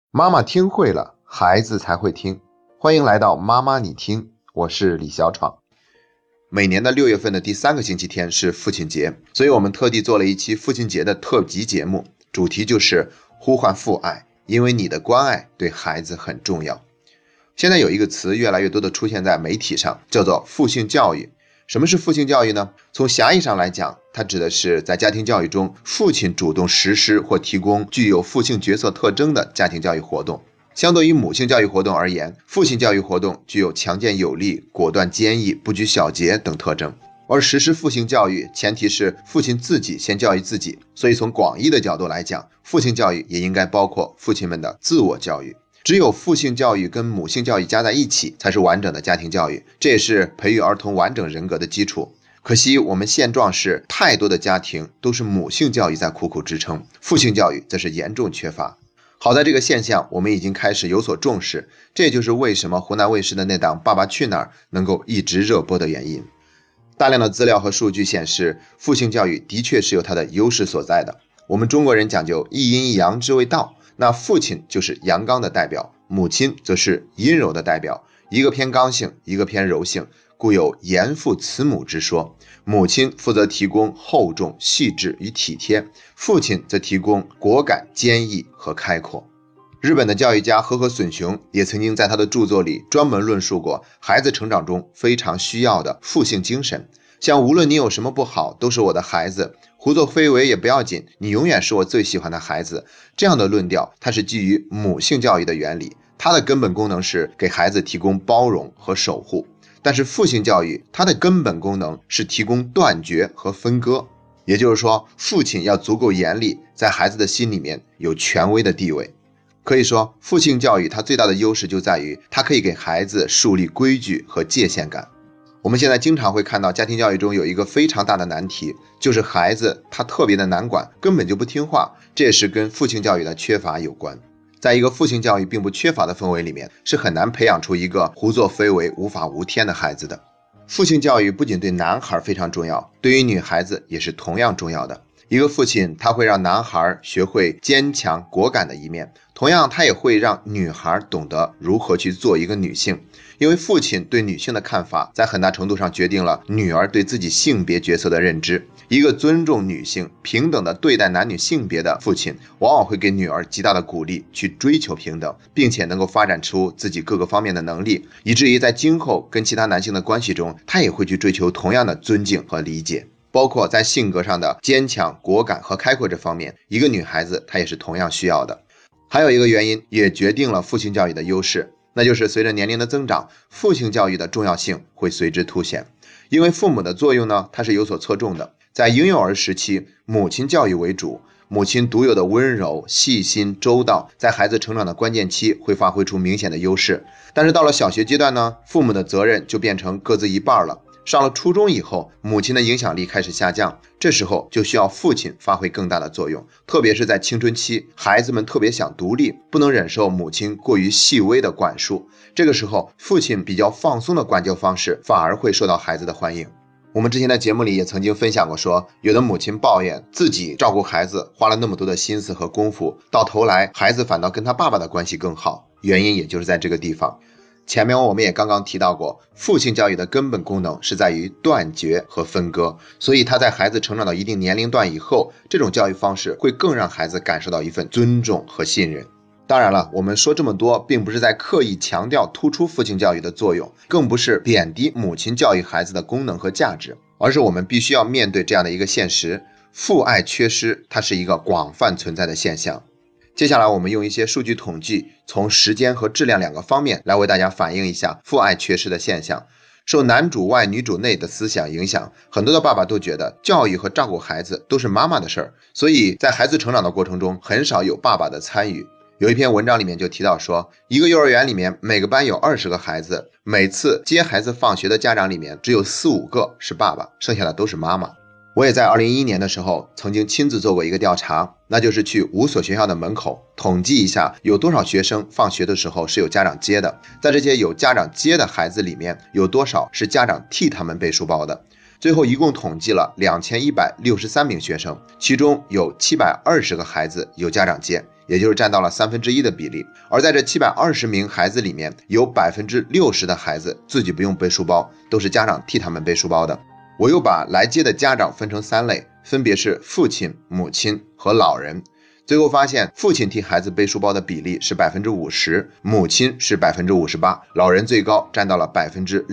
妈妈听会了，孩子才会听。欢迎来到妈妈你听，我是李小闯。每年的6月份的第3个星期天是父亲节，所以我们特地做了一期父亲节的特辑节目，主题就是呼唤父爱，因为你的关爱对孩子很重要。现在有一个词越来越多的出现在媒体上，叫做父性教育。什么是父性教育呢？从狭义上来讲，它指的是在家庭教育中，父亲主动实施或提供具有父性角色特征的家庭教育活动。相对于母性教育活动而言，父性教育活动具有强健有力、果断坚毅、不拘小节等特征。而实施父性教育，前提是父亲自己先教育自己，所以从广义的角度来讲，父性教育也应该包括父亲们的自我教育。只有父性教育跟母性教育加在一起，才是完整的家庭教育，这也是培育儿童完整人格的基础。可惜我们现状是，太多的家庭都是母性教育在苦苦支撑，父性教育则是严重缺乏。好在这个现象我们已经开始有所重视，这也就是为什么湖南卫视的那档《爸爸去哪儿》能够一直热播的原因。大量的资料和数据显示，父性教育的确是有它的优势所在的。我们中国人讲究一阴一阳之谓道，那父亲就是阳刚的代表，母亲则是阴柔的代表，一个偏刚性，一个偏柔性，故有严父慈母之说。母亲负责提供厚重、细致与体贴，父亲则提供果敢、坚毅和开阔。日本的教育家河合隼雄也曾经在他的著作里专门论述过孩子成长中非常需要的父性精神，像无论你有什么不好，都是我的孩子，胡作非为也不要紧，你永远是我最喜欢的孩子，这样的论调它是基于母性教育的原理，它的根本功能是给孩子提供包容和守护。但是父性教育它的根本功能是提供断绝和分割，也就是说，父亲要足够严厉，在孩子的心里面有权威的地位。可以说，父性教育它最大的优势就在于它可以给孩子树立规矩和界限感。我们现在经常会看到家庭教育中有一个非常大的难题，就是孩子他特别的难管，根本就不听话，这也是跟父性教育的缺乏有关。在一个父性教育并不缺乏的氛围里面，是很难培养出一个胡作非为、无法无天的孩子的。父性教育不仅对男孩非常重要，对于女孩子也是同样重要的。一个父亲他会让男孩学会坚强果敢的一面，同样他也会让女孩懂得如何去做一个女性，因为父亲对女性的看法在很大程度上决定了女儿对自己性别角色的认知。一个尊重女性、平等的对待男女性别的父亲，往往会给女儿极大的鼓励，去追求平等，并且能够发展出自己各个方面的能力，以至于在今后跟其他男性的关系中，他也会去追求同样的尊敬和理解。包括在性格上的坚强、果敢和开阔这方面，一个女孩子她也是同样需要的。还有一个原因也决定了父性教育的优势，那就是随着年龄的增长，父性教育的重要性会随之凸显。因为父母的作用呢，它是有所侧重的。在婴幼儿时期，母亲教育为主，母亲独有的温柔、细心、周到，在孩子成长的关键期会发挥出明显的优势。但是到了小学阶段呢，父母的责任就变成各自一半了。上了初中以后，母亲的影响力开始下降，这时候就需要父亲发挥更大的作用，特别是在青春期，孩子们特别想独立，不能忍受母亲过于细微的管束，这个时候父亲比较放松的管教方式反而会受到孩子的欢迎。我们之前的节目里也曾经分享过说，有的母亲抱怨自己照顾孩子花了那么多的心思和功夫，到头来孩子反倒跟他爸爸的关系更好，原因也就是在这个地方。前面我们也刚刚提到过，父性教育的根本功能是在于断绝和分割，所以他在孩子成长到一定年龄段以后，这种教育方式会更让孩子感受到一份尊重和信任。当然了，我们说这么多并不是在刻意强调突出父性教育的作用，更不是贬低母亲教育孩子的功能和价值，而是我们必须要面对这样的一个现实，父爱缺失它是一个广泛存在的现象。接下来我们用一些数据统计，从时间和质量两个方面来为大家反映一下父爱缺失的现象。受男主外女主内的思想影响，很多的爸爸都觉得教育和照顾孩子都是妈妈的事儿，所以在孩子成长的过程中很少有爸爸的参与。有一篇文章里面就提到说，一个幼儿园里面每个班有20个孩子，每次接孩子放学的家长里面只有4-5个是爸爸，剩下的都是妈妈。我也在2011年的时候曾经亲自做过一个调查，那就是去5所学校的门口统计一下有多少学生放学的时候是有家长接的，在这些有家长接的孩子里面有多少是家长替他们背书包的。最后一共统计了2163名学生，其中有720个孩子有家长接， 也就是占到了1/3的比例。而在这720名孩子里面，有60%的孩子自己不用背书包，都是家长替他们背书包的。我又把来接的家长分成3类，分别是父亲、母亲和老人。最后发现，父亲替孩子背书包的比例是50%，母亲是58%，老人最高占到了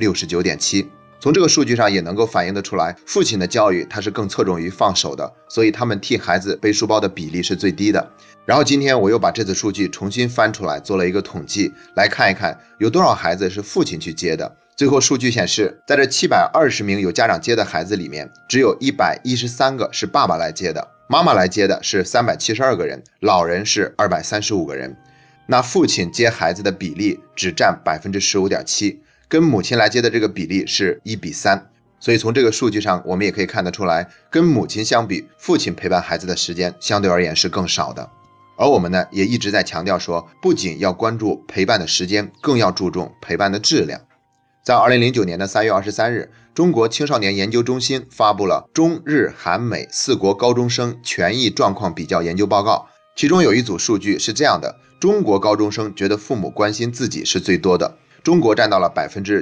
69.7%。从这个数据上也能够反映得出来，父亲的教育他是更侧重于放手的，所以他们替孩子背书包的比例是最低的。然后今天我又把这次数据重新翻出来做了一个统计，来看一看有多少孩子是父亲去接的。最后数据显示，在这720名有家长接的孩子里面，只有113个是爸爸来接的，妈妈来接的是372个人，老人是235个人。那父亲接孩子的比例只占 15.7%， 跟母亲来接的这个比例是1:3。所以从这个数据上我们也可以看得出来，跟母亲相比，父亲陪伴孩子的时间相对而言是更少的。而我们呢也一直在强调说，不仅要关注陪伴的时间，更要注重陪伴的质量。在2009年的3月23日，中国青少年研究中心发布了中日韩美4国高中生权益状况比较研究报告，其中有一组数据是这样的：中国高中生觉得父母关心自己是最多的，中国占到了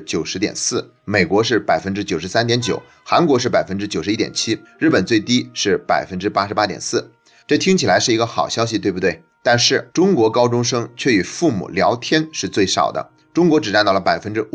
90.4%， 美国是 93.9%， 韩国是 91.7%， 日本最低是 88.4%。 这听起来是一个好消息，对不对？但是中国高中生却与父母聊天是最少的，中国只占到了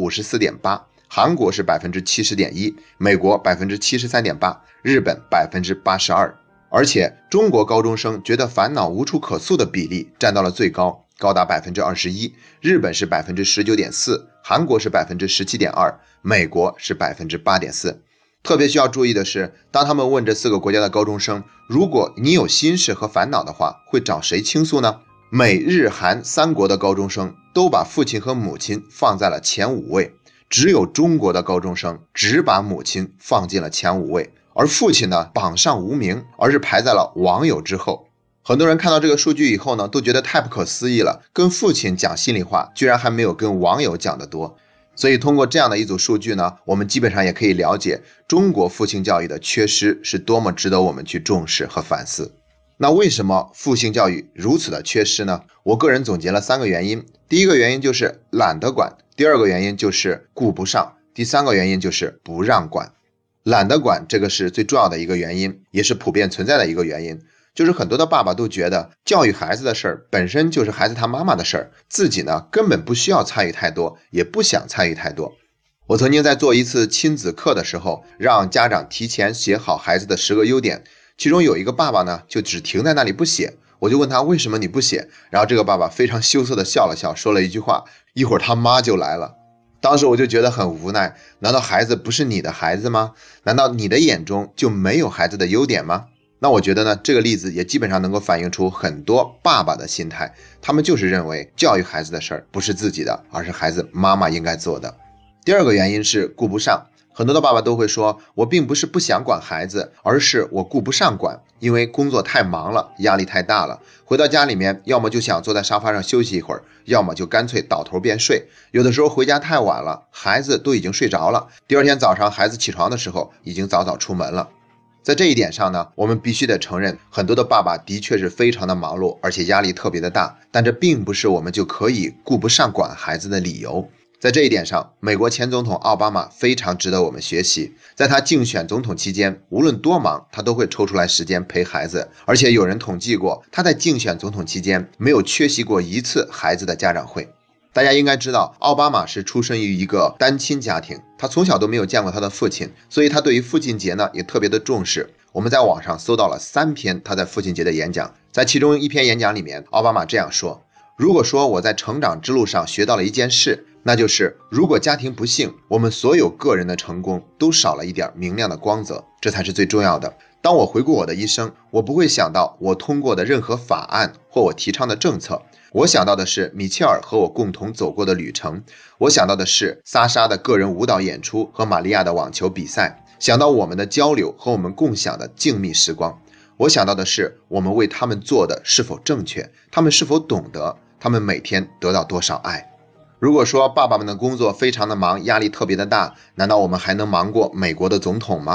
54.8%， 韩国是 70.1%， 美国 73.8%， 日本 82%。 而且中国高中生觉得烦恼无处可诉的比例占到了最高，高达 21%， 日本是 19.4%， 韩国是 17.2%， 美国是 8.4%。特别需要注意的是，当他们问这4个国家的高中生，如果你有心事和烦恼的话，会找谁倾诉呢？美日韩3国的高中生都把父亲和母亲放在了前5位，只有中国的高中生只把母亲放进了前5位，而父亲呢榜上无名，而是排在了网友之后。很多人看到这个数据以后呢，都觉得太不可思议了，跟父亲讲心里话，居然还没有跟网友讲得多。所以通过这样的一组数据呢，我们基本上也可以了解中国父性教育的缺失是多么值得我们去重视和反思。那为什么父性教育如此的缺失呢？我个人总结了3个原因。第一个原因就是懒得管，第二个原因就是顾不上，第3个原因就是不让管。懒得管这个是最重要的一个原因，也是普遍存在的一个原因，就是很多的爸爸都觉得教育孩子的事儿本身就是孩子他妈妈的事儿，自己呢根本不需要参与太多，也不想参与太多。我曾经在做一次亲子课的时候，让家长提前写好孩子的10个优点，其中有一个爸爸呢就只停在那里不写，我就问他为什么你不写，然后这个爸爸非常羞涩的笑了笑，说了一句话，一会儿他妈就来了。当时我就觉得很无奈，难道孩子不是你的孩子吗？难道你的眼中就没有孩子的优点吗？那我觉得呢，这个例子也基本上能够反映出很多爸爸的心态，他们就是认为教育孩子的事儿不是自己的，而是孩子妈妈应该做的。第二个原因是顾不上，很多的爸爸都会说，我并不是不想管孩子，而是我顾不上管，因为工作太忙了，压力太大了，回到家里面要么就想坐在沙发上休息一会儿，要么就干脆倒头便睡，有的时候回家太晚了，孩子都已经睡着了，第二天早上孩子起床的时候已经早早出门了。在这一点上呢，我们必须得承认，很多的爸爸的确是非常的忙碌，而且压力特别的大，但这并不是我们就可以顾不上管孩子的理由。在这一点上，美国前总统奥巴马非常值得我们学习。在他竞选总统期间，无论多忙，他都会抽出来时间陪孩子，而且有人统计过，他在竞选总统期间没有缺席过一次孩子的家长会。大家应该知道，奥巴马是出生于一个单亲家庭，他从小都没有见过他的父亲，所以他对于父亲节呢也特别的重视。我们在网上搜到了3篇他在父亲节的演讲，在其中一篇演讲里面，奥巴马这样说，如果说我在成长之路上学到了一件事，那就是如果家庭不幸，我们所有个人的成功都少了一点明亮的光泽，这才是最重要的。当我回顾我的一生，我不会想到我通过的任何法案或我提倡的政策，我想到的是米切尔和我共同走过的旅程，我想到的是莎莎的个人舞蹈演出和玛利亚的网球比赛，想到我们的交流和我们共享的静谧时光，我想到的是我们为他们做的是否正确，他们是否懂得，他们每天得到多少爱。如果说爸爸们的工作非常的忙，压力特别的大，难道我们还能忙过美国的总统吗？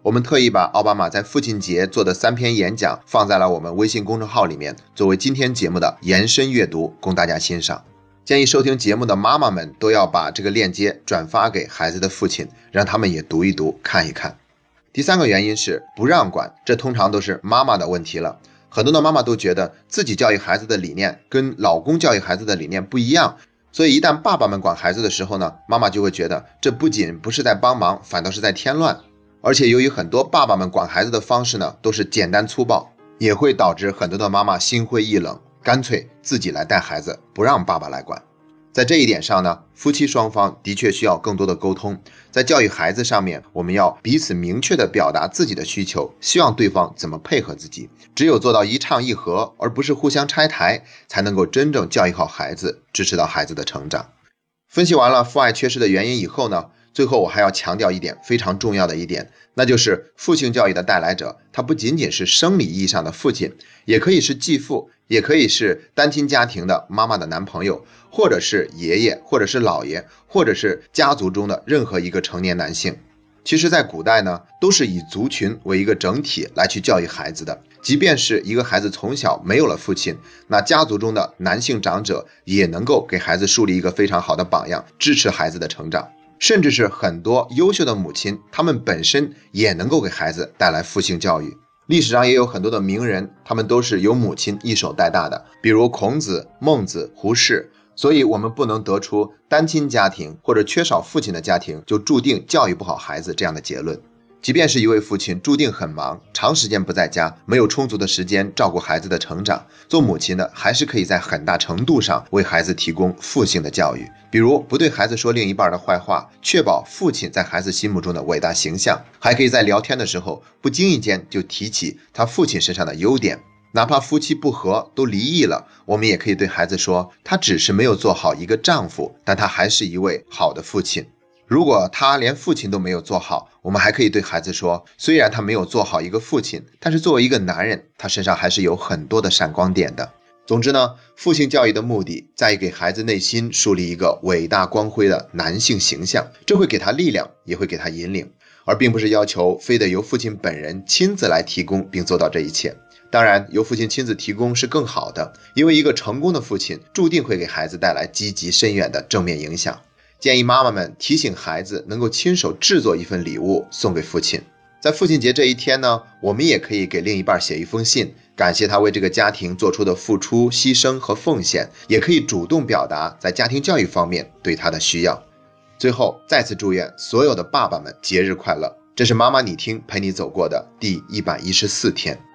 我们特意把奥巴马在父亲节做的3篇演讲放在了我们微信公众号里面，作为今天节目的延伸阅读，供大家欣赏。建议收听节目的妈妈们都要把这个链接转发给孩子的父亲，让他们也读一读，看一看。第3个原因是不让管，这通常都是妈妈的问题了。很多的妈妈都觉得自己教育孩子的理念跟老公教育孩子的理念不一样，所以一旦爸爸们管孩子的时候呢，妈妈就会觉得这不仅不是在帮忙，反倒是在添乱。而且由于很多爸爸们管孩子的方式呢都是简单粗暴，也会导致很多的妈妈心灰意冷，干脆自己来带孩子，不让爸爸来管。在这一点上呢，夫妻双方的确需要更多的沟通。在教育孩子上面，我们要彼此明确地表达自己的需求，希望对方怎么配合自己。只有做到一唱一和，而不是互相拆台，才能够真正教育好孩子，支持到孩子的成长。分析完了父爱缺失的原因以后呢，最后我还要强调一点非常重要的一点，那就是父性教育的带来者，他不仅仅是生理意义上的父亲，也可以是继父，也可以是单亲家庭的妈妈的男朋友，或者是爷爷，或者是姥爷，或者是家族中的任何一个成年男性。其实在古代呢，都是以族群为一个整体来去教育孩子的。即便是一个孩子从小没有了父亲，那家族中的男性长者也能够给孩子树立一个非常好的榜样，支持孩子的成长。甚至是很多优秀的母亲，他们本身也能够给孩子带来父性教育。历史上也有很多的名人，他们都是由母亲一手带大的，比如孔子、孟子、胡适。所以我们不能得出单亲家庭或者缺少父亲的家庭就注定教育不好孩子这样的结论。即便是一位父亲注定很忙，长时间不在家，没有充足的时间照顾孩子的成长，做母亲的还是可以在很大程度上为孩子提供父性的教育，比如不对孩子说另一半的坏话，确保父亲在孩子心目中的伟大形象，还可以在聊天的时候不经意间就提起他父亲身上的优点。哪怕夫妻不和都离异了，我们也可以对孩子说，他只是没有做好一个丈夫，但他还是一位好的父亲。如果他连父亲都没有做好，我们还可以对孩子说，虽然他没有做好一个父亲，但是作为一个男人，他身上还是有很多的闪光点的。总之呢，父性教育的目的在于给孩子内心树立一个伟大光辉的男性形象，这会给他力量，也会给他引领，而并不是要求非得由父亲本人亲自来提供并做到这一切。当然，由父亲亲自提供是更好的，因为一个成功的父亲注定会给孩子带来积极深远的正面影响。建议妈妈们提醒孩子能够亲手制作一份礼物送给父亲。在父亲节这一天呢，我们也可以给另一半写一封信，感谢他为这个家庭做出的付出、牺牲和奉献，也可以主动表达在家庭教育方面对他的需要。最后，再次祝愿所有的爸爸们节日快乐。这是妈妈你听陪你走过的第114天。